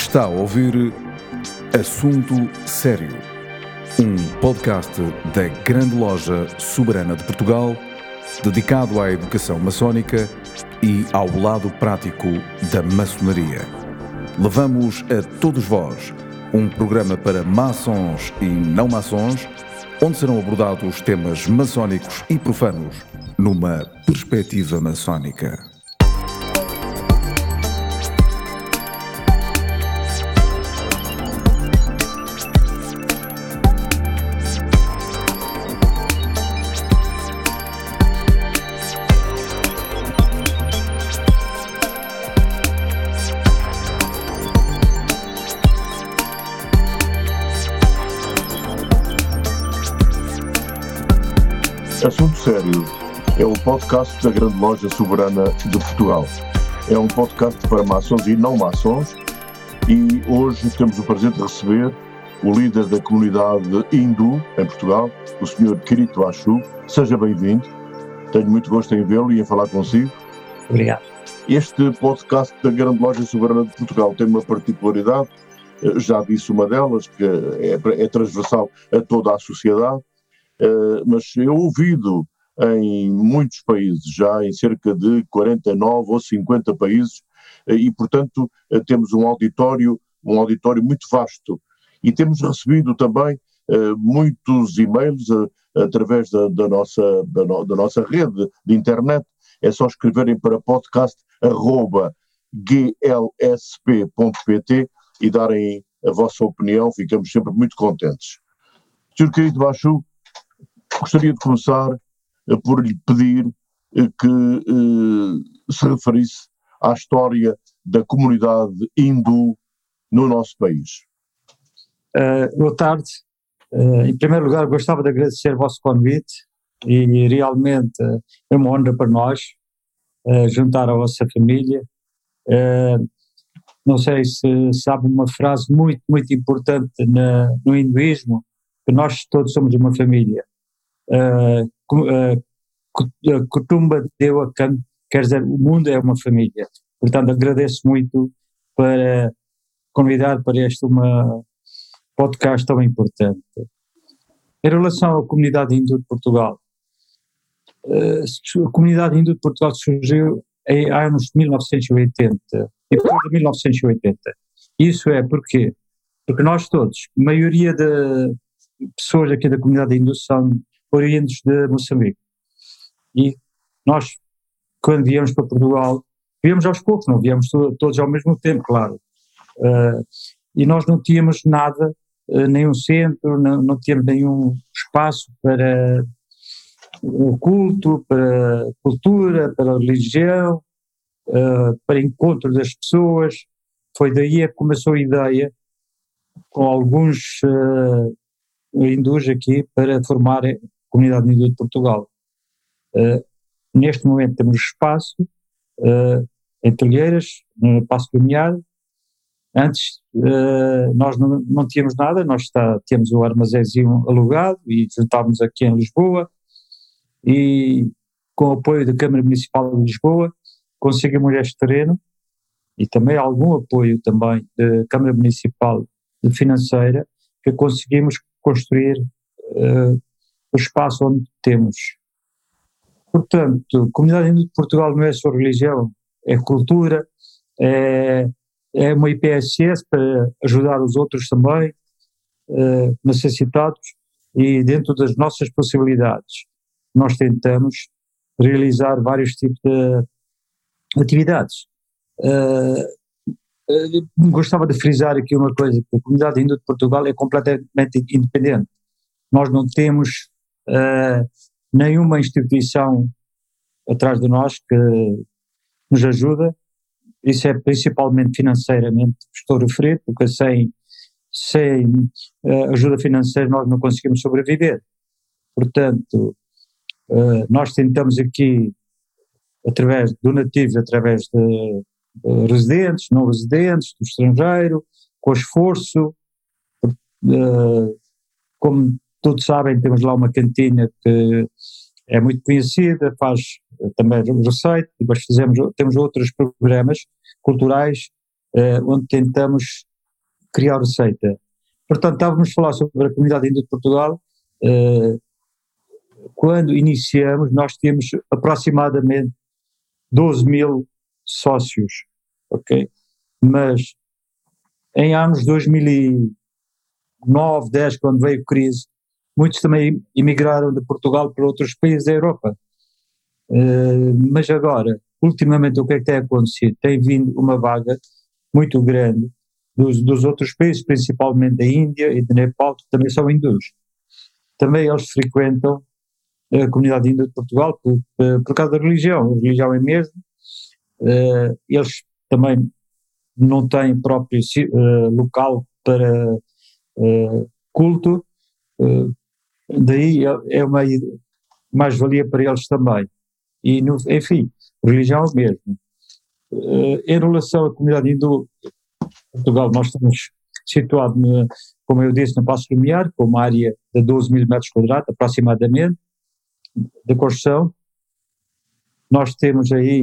Está a ouvir Assunto Sério, um podcast da Grande Loja Soberana de Portugal, dedicado à educação maçónica e ao lado prático da maçonaria. Levamos a todos vós um programa para maçons e não maçons, onde serão abordados temas maçónicos e profanos numa perspectiva maçónica. Assunto Sério é o podcast da Grande Loja Soberana de Portugal. É um podcast para maçons e não maçons e hoje temos o prazer de receber o líder da comunidade hindu em Portugal, o Sr. Kirito Bashu. Seja bem-vindo. Tenho muito gosto em vê-lo e em falar consigo. Obrigado. Este podcast da Grande Loja Soberana de Portugal tem uma particularidade, já disse uma delas, que é transversal a toda a sociedade. Mas é ouvido em muitos países, já em cerca de 49 ou 50 países, e portanto temos um auditório muito vasto, e temos recebido também muitos e-mails através da nossa rede de internet. É só escreverem para podcast@glsp.pt e darem a vossa opinião, ficamos sempre muito contentes. Sr. Kirito Bashu, gostaria de começar por lhe pedir que se referisse à história da comunidade hindu no nosso país. Boa tarde. Em primeiro lugar, gostava de agradecer o vosso convite e realmente é uma honra para nós juntar a vossa família. Não sei se sabe uma frase muito, muito importante no hinduísmo, que nós todos somos uma família. Kutumba Deva Kam, quer dizer, o mundo é uma família. Portanto, agradeço muito para convidar para este podcast tão importante. Em relação à comunidade hindu de Portugal, a comunidade hindu de Portugal surgiu em anos de 1980 e depois de 1980. Isso é porque nós todos, a maioria de pessoas aqui da comunidade hindu são oriundos de Moçambique. E nós, quando viemos para Portugal, viemos aos poucos, não viemos todos ao mesmo tempo, claro. E nós não tínhamos nada, nenhum centro, não tínhamos nenhum espaço para o culto, para a cultura, para a religião, para encontro das pessoas. Foi daí que começou a ideia, com alguns hindus aqui, para formar a comunidade hindu de Portugal. Neste momento temos espaço em Telheiras, no Paço do Lumiar. Antes nós não tínhamos nada, nós tínhamos o armazézinho alugado e juntávamos aqui em Lisboa, e com o apoio da Câmara Municipal de Lisboa conseguimos este terreno e também algum apoio também da Câmara Municipal Financeira, que conseguimos construir o espaço onde temos. Portanto, a comunidade hindu de Portugal não é só religião, é cultura, é uma IPSS para ajudar os outros também, necessitados, e dentro das nossas possibilidades nós tentamos realizar vários tipos de atividades. Gostava de frisar aqui uma coisa, que a comunidade hindu de Portugal é completamente independente. Nós não temos nenhuma instituição atrás de nós que nos ajuda. Isso é principalmente financeiramente, estou a referir, porque sem ajuda financeira nós não conseguimos sobreviver. Portanto, nós tentamos aqui, através de donativos, através de residentes, não residentes, do estrangeiro, com esforço. Como todos sabem, temos lá uma cantina que é muito conhecida, faz também receita, depois temos outros programas culturais onde tentamos criar receita. Portanto, estávamos a falar sobre a comunidade hindu de Portugal. Quando iniciamos, nós tínhamos aproximadamente 12 mil sócios, ok? Mas em anos 2009, 10, quando veio a crise, muitos também emigraram de Portugal para outros países da Europa. Mas agora, ultimamente, o que é que tem acontecido? Tem vindo uma vaga muito grande dos outros países, principalmente da Índia e de Nepal, que também são hindus. Também eles frequentam a comunidade hindu de Portugal por causa da religião. A religião é mesmo. Eles também não têm próprio local para culto, daí é uma mais-valia para eles também. E, enfim, religião é mesmo. Em relação à comunidade hindu de Portugal, nós estamos situados, como eu disse, no Paço Lumiar, com uma área de 12 mil metros quadrados, aproximadamente, de construção. Nós temos aí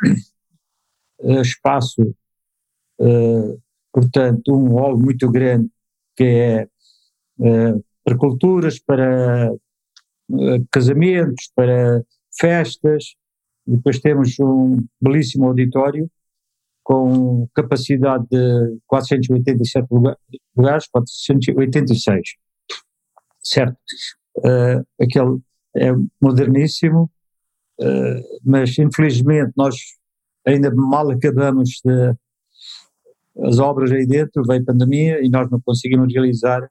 espaço, portanto, um hall muito grande, que é para culturas, para casamentos, para festas. Depois temos um belíssimo auditório com capacidade de 487 lugares, 486, certo? Aquele é moderníssimo, mas infelizmente nós ainda mal acabamos as obras aí dentro, veio a pandemia e nós não conseguimos realizar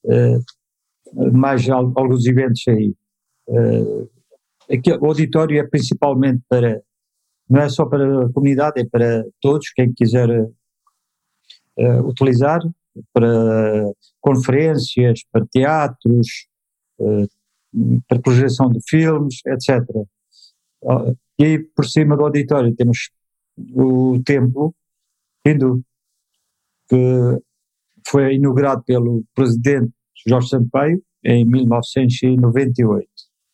mais alguns eventos aí. Aqui, o auditório é principalmente não é só para a comunidade, é para todos, quem quiser utilizar, para conferências, para teatros, para projeção de filmes, etc. E aí, por cima do auditório temos o templo hindu, que foi inaugurado pelo presidente Jorge Sampaio em 1998.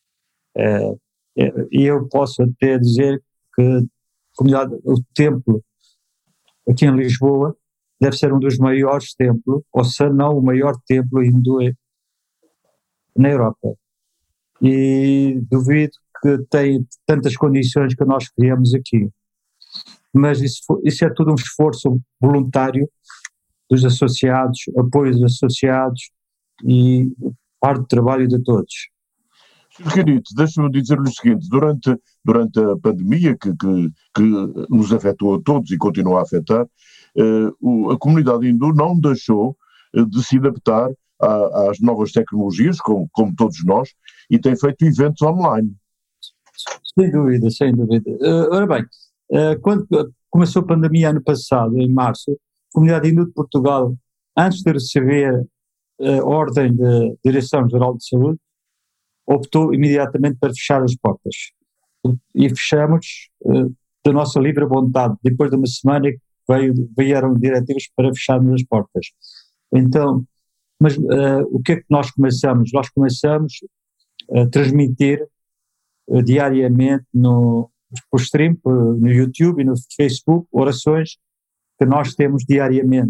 E eu posso até dizer que o templo aqui em Lisboa deve ser um dos maiores templos, ou se não o maior templo hindu na Europa. E duvido que tenha tantas condições que nós criamos aqui. Mas isso é tudo um esforço voluntário dos associados, apoio dos associados e parte do trabalho de todos. Sr. Canito, deixe-me dizer-lhe o seguinte, durante a pandemia que nos afetou a todos e continua a afetar, a comunidade hindu não deixou de se adaptar às novas tecnologias, como todos nós, e tem feito eventos online. Sem dúvida, sem dúvida. Ora bem, quando começou a pandemia ano passado, em março, a comunidade hindu de Portugal, antes de receber a ordem da Direção-Geral de Saúde, optou imediatamente para fechar as portas. E fechamos da nossa livre vontade. Depois de uma semana vieram diretivos para fecharmos as portas. Então, mas o que é que nós começamos? Nós começamos a transmitir diariamente por stream, no YouTube e no Facebook, orações que nós temos diariamente.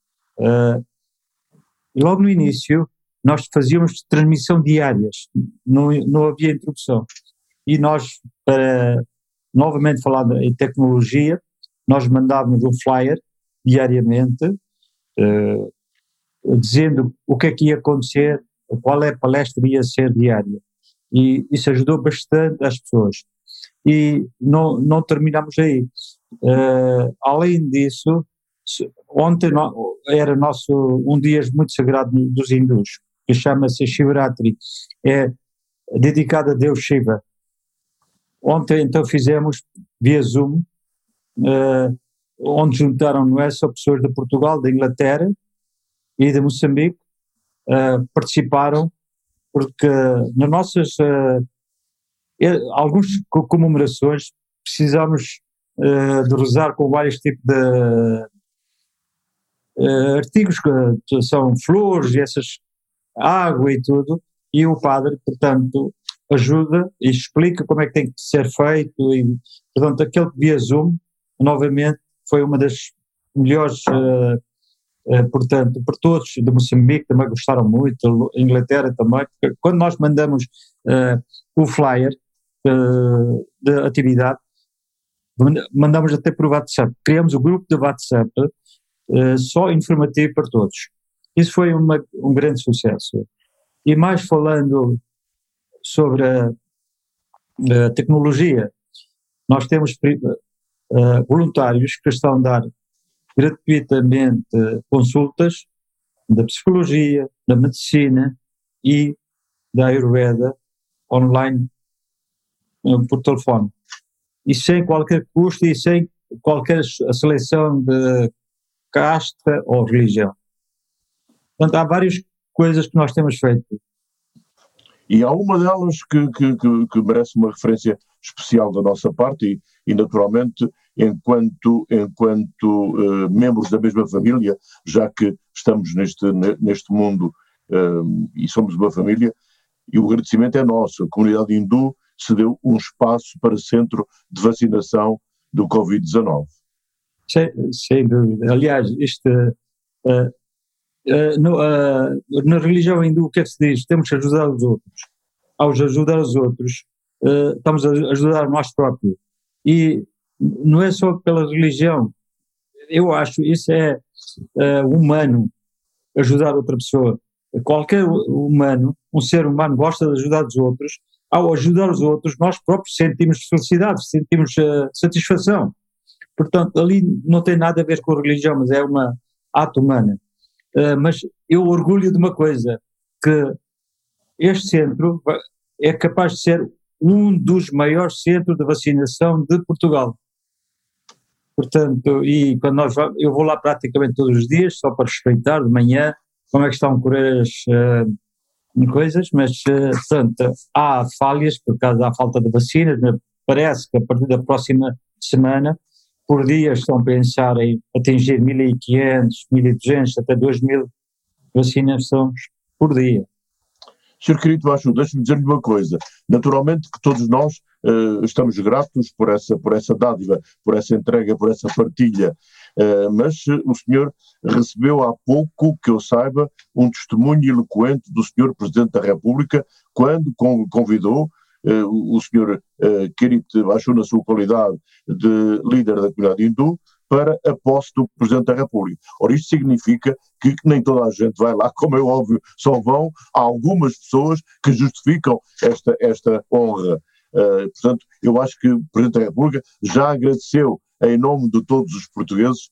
E logo no início, nós fazíamos transmissão diárias, não havia introdução. E nós, para novamente falar em tecnologia, nós mandávamos um flyer diariamente, dizendo o que é que ia acontecer, qual é a palestra ia ser diária. E isso ajudou bastante as pessoas. E não terminamos aí. Além disso, ontem era um dia muito sagrado dos hindus, que chama-se Shivratri, é dedicado a Deus Shiva. Ontem então fizemos via Zoom, onde juntaram não é só pessoas de Portugal, da Inglaterra e de Moçambique, participaram, porque nas nossas algumas comemorações precisamos de rezar com vários tipos de artigos, que são flores e essas, água e tudo, e o padre, portanto, ajuda e explica como é que tem que ser feito, e, portanto, aquele via Zoom, novamente, foi uma das melhores portanto, por todos, de Moçambique também gostaram muito, a Inglaterra também, porque quando nós mandamos o flyer de atividade, mandamos até por WhatsApp, criamos o grupo de WhatsApp só informativo para todos. Isso foi um grande sucesso. E mais falando sobre a tecnologia, nós temos voluntários que estão a dar gratuitamente consultas da psicologia, da medicina e da Ayurveda online por telefone. E sem qualquer custo e sem qualquer seleção de casta ou religião. Portanto, há várias coisas que nós temos feito. E há uma delas que merece uma referência especial da nossa parte e naturalmente, enquanto membros da mesma família, já que estamos neste mundo e somos uma família, e o agradecimento é nosso. A comunidade hindu cedeu um espaço para centro de vacinação do Covid-19. Sem dúvida. Aliás, na religião hindu, o que é que se diz? Temos que ajudar os outros. Ao ajudar os outros, estamos a ajudar a nós próprios. E não é só pela religião. Eu acho isso é humano, ajudar outra pessoa. Qualquer humano, um ser humano, gosta de ajudar os outros. Ao ajudar os outros, nós próprios sentimos felicidade, sentimos satisfação. Portanto, ali não tem nada a ver com a religião, mas é uma ato humana. Mas eu orgulho de uma coisa, que este centro é capaz de ser um dos maiores centros de vacinação de Portugal. Portanto, e quando eu vou lá praticamente todos os dias, só para respeitar de manhã como é que estão a correr as coisas, mas portanto, há falhas por causa da falta de vacinas, mas parece que a partir da próxima semana, por dia estão a pensar em atingir 1.500, 1.200, até 2.000 vacinações por dia. Sr. querido Baixo, deixe-me dizer-lhe uma coisa. Naturalmente que todos nós estamos gratos por essa dádiva, por essa entrega, por essa partilha, mas o senhor recebeu há pouco, que eu saiba, um testemunho eloquente do senhor Presidente da República, quando convidou o senhor Kirit Baixo, na sua qualidade de líder da comunidade hindu, para a posse do Presidente da República. Ora, isto significa que nem toda a gente vai lá, como é óbvio, só vão algumas pessoas que justificam esta honra. Portanto, eu acho que o Presidente da República já agradeceu, em nome de todos os portugueses,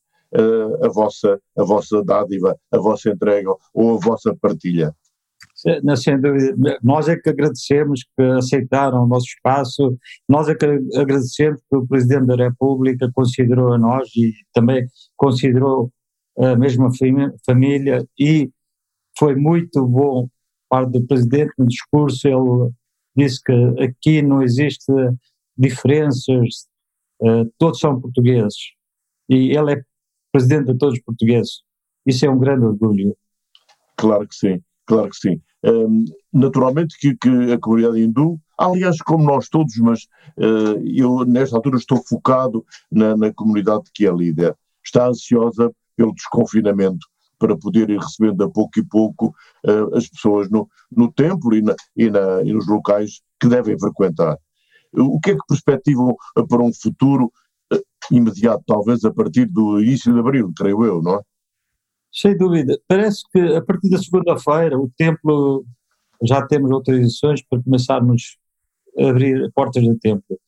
a vossa dádiva, a vossa entrega ou a vossa partilha. Sem dúvida, nós é que agradecemos que aceitaram o nosso espaço, nós é que agradecemos que o Presidente da República considerou a nós e também considerou a mesma família, e foi muito bom parte do Presidente no discurso. Ele disse que aqui não existe diferenças, todos são portugueses e ele é Presidente de todos os portugueses. Isso é um grande orgulho. Claro que sim. Claro que sim. Naturalmente que a comunidade hindu, aliás, como nós todos, mas eu nesta altura estou focado na comunidade que é líder. Está ansiosa pelo desconfinamento, para poder ir recebendo a pouco e pouco as pessoas no templo e nos locais que devem frequentar. O que é que perspectivam para um futuro imediato, talvez a partir do início de abril, creio eu, não é? Sem dúvida. Parece que a partir da segunda-feira o templo, já temos autorizações para começarmos a abrir portas do templo.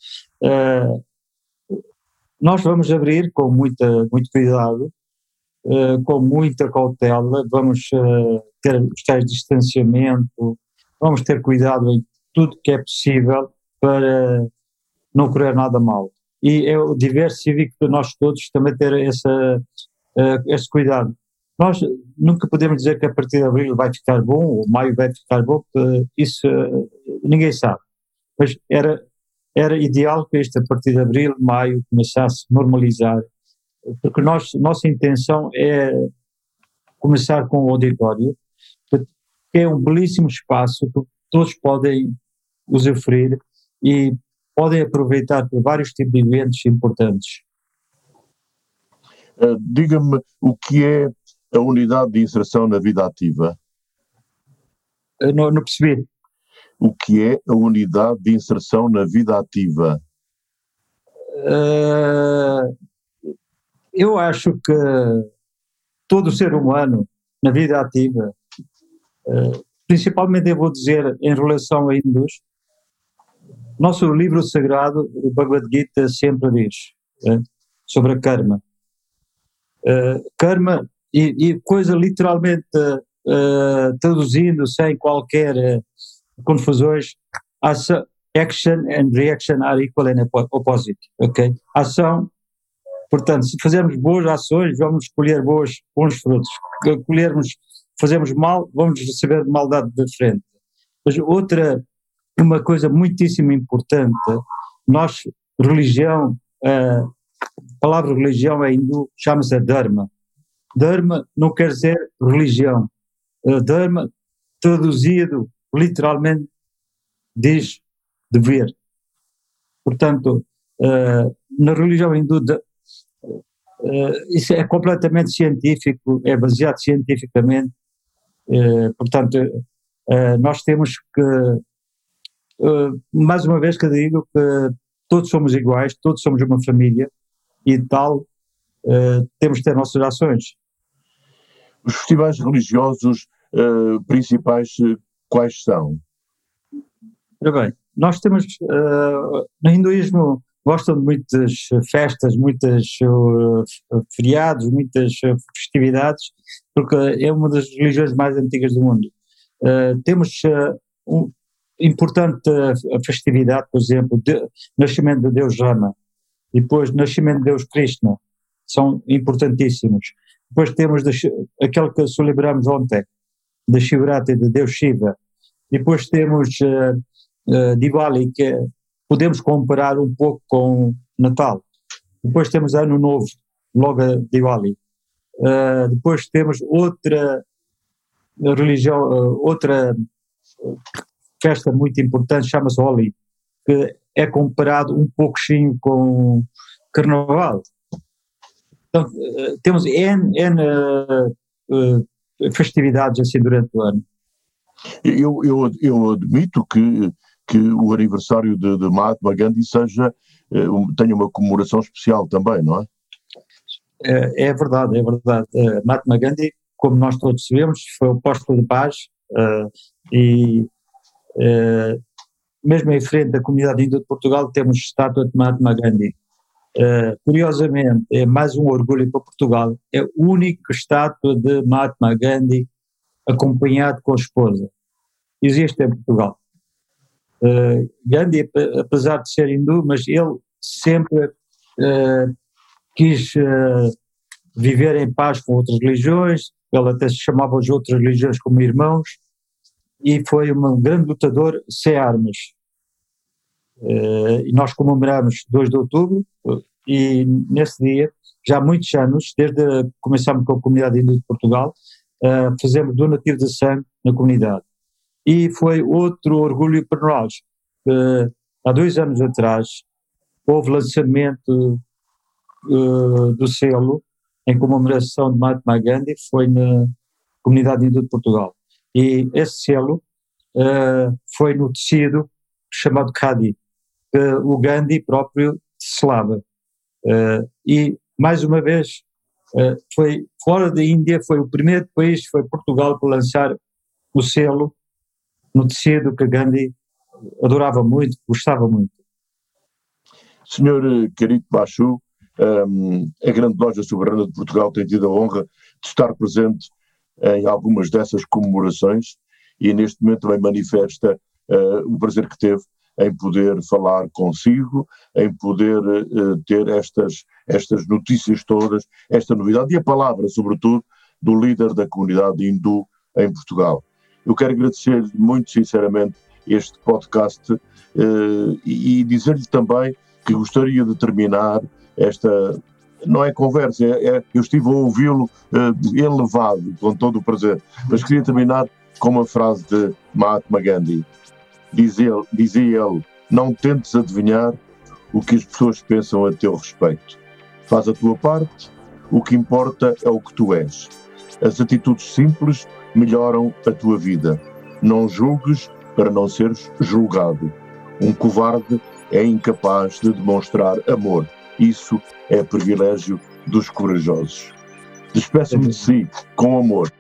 Nós vamos abrir com muito cuidado, com muita cautela, vamos ter os tais de distanciamento, vamos ter cuidado em tudo que é possível para não ocorrer nada mal. E é o dever cívico de nós todos também ter esse cuidado. Nós nunca podemos dizer que a partir de abril vai ficar bom, ou maio vai ficar bom, porque isso ninguém sabe. Mas era ideal que isto a partir de abril, maio, começasse a normalizar, porque nossa intenção é começar com o auditório, que é um belíssimo espaço que todos podem usufruir e podem aproveitar por vários tipos de eventos importantes. Diga-me o que é a unidade de inserção na vida ativa? Não percebi. O que é a unidade de inserção na vida ativa? Eu acho que todo ser humano na vida ativa, principalmente eu vou dizer em relação a hindus, nosso livro sagrado, o Bhagavad Gita, sempre diz sobre a karma. Karma, e coisa literalmente traduzindo sem qualquer confusões, action and reaction are equal and opposite, ok? Ação, portanto, se fizermos boas ações, vamos colher bons frutos. Fazemos mal, vamos receber maldade de frente. Mas uma coisa muitíssimo importante, religião, a palavra religião é hindu, chama-se Dharma. Dharma não quer dizer religião. Dharma, traduzido literalmente, diz dever. Portanto, na religião hindu, isso é completamente científico, é baseado cientificamente. Portanto, nós temos que, mais uma vez que digo que todos somos iguais, todos somos uma família e tal, temos de ter nossas ações. Os festivais religiosos principais, quais são? Ora bem, nós temos, no hinduísmo, gostam de muitas festas, muitos feriados, muitas festividades, porque é uma das religiões mais antigas do mundo. Temos uma importante festividade, por exemplo, nascimento de Deus Rama, e depois nascimento de Deus Krishna, são importantíssimos. Depois temos aquele que celebramos ontem, da Shivratri, de Deus Shiva. Depois temos Diwali, que podemos comparar um pouco com Natal. Depois temos Ano Novo, logo a Diwali. Depois temos outra religião, outra festa muito importante, chama-se Holi, que é comparado um pouquinho com Carnaval. Então, temos N festividades assim durante o ano. Eu admito que o aniversário de Mahatma Gandhi tenha uma comemoração especial também, não é? É verdade. Mahatma Gandhi, como nós todos sabemos, foi o apóstolo de paz e mesmo em frente à comunidade hindu de Portugal temos estátua de Mahatma Gandhi. Curiosamente, é mais um orgulho para Portugal, é a única estátua de Mahatma Gandhi acompanhado com a esposa. Existe em Portugal. Gandhi, apesar de ser hindu, mas ele sempre quis viver em paz com outras religiões, ele até se chamava as outras religiões como irmãos, e foi um grande lutador sem armas. E nós comemoramos 2 de outubro, e nesse dia, já há muitos anos, desde que começámos com a comunidade hindu de Portugal, fazemos donativo de sangue na comunidade. E foi outro orgulho para nós. Há 2 anos atrás, houve lançamento do selo em comemoração de Mahatma Gandhi, foi na comunidade hindu de Portugal. E esse selo foi no tecido chamado Khadi, que o Gandhi próprio selava. E, mais uma vez, foi fora da Índia, foi o primeiro país, foi Portugal, para lançar o selo no tecido que Gandhi adorava muito, gostava muito. Senhor Carito Bachu, a Grande Loja Soberana de Portugal tem tido a honra de estar presente em algumas dessas comemorações e neste momento também manifesta o prazer que teve em poder falar consigo, em poder ter estas notícias todas, esta novidade e a palavra, sobretudo, do líder da comunidade hindu em Portugal. Eu quero agradecer-lhe muito sinceramente este podcast e dizer-lhe também que gostaria de terminar esta, não é conversa, eu estive a ouvi-lo elevado, com todo o prazer, mas queria terminar com uma frase de Mahatma Gandhi. Dizia ele, não tentes adivinhar o que as pessoas pensam a teu respeito. Faz a tua parte, o que importa é o que tu és. As atitudes simples melhoram a tua vida. Não julgues para não seres julgado. Um covarde é incapaz de demonstrar amor. Isso é privilégio dos corajosos. Despeço-me de si com amor.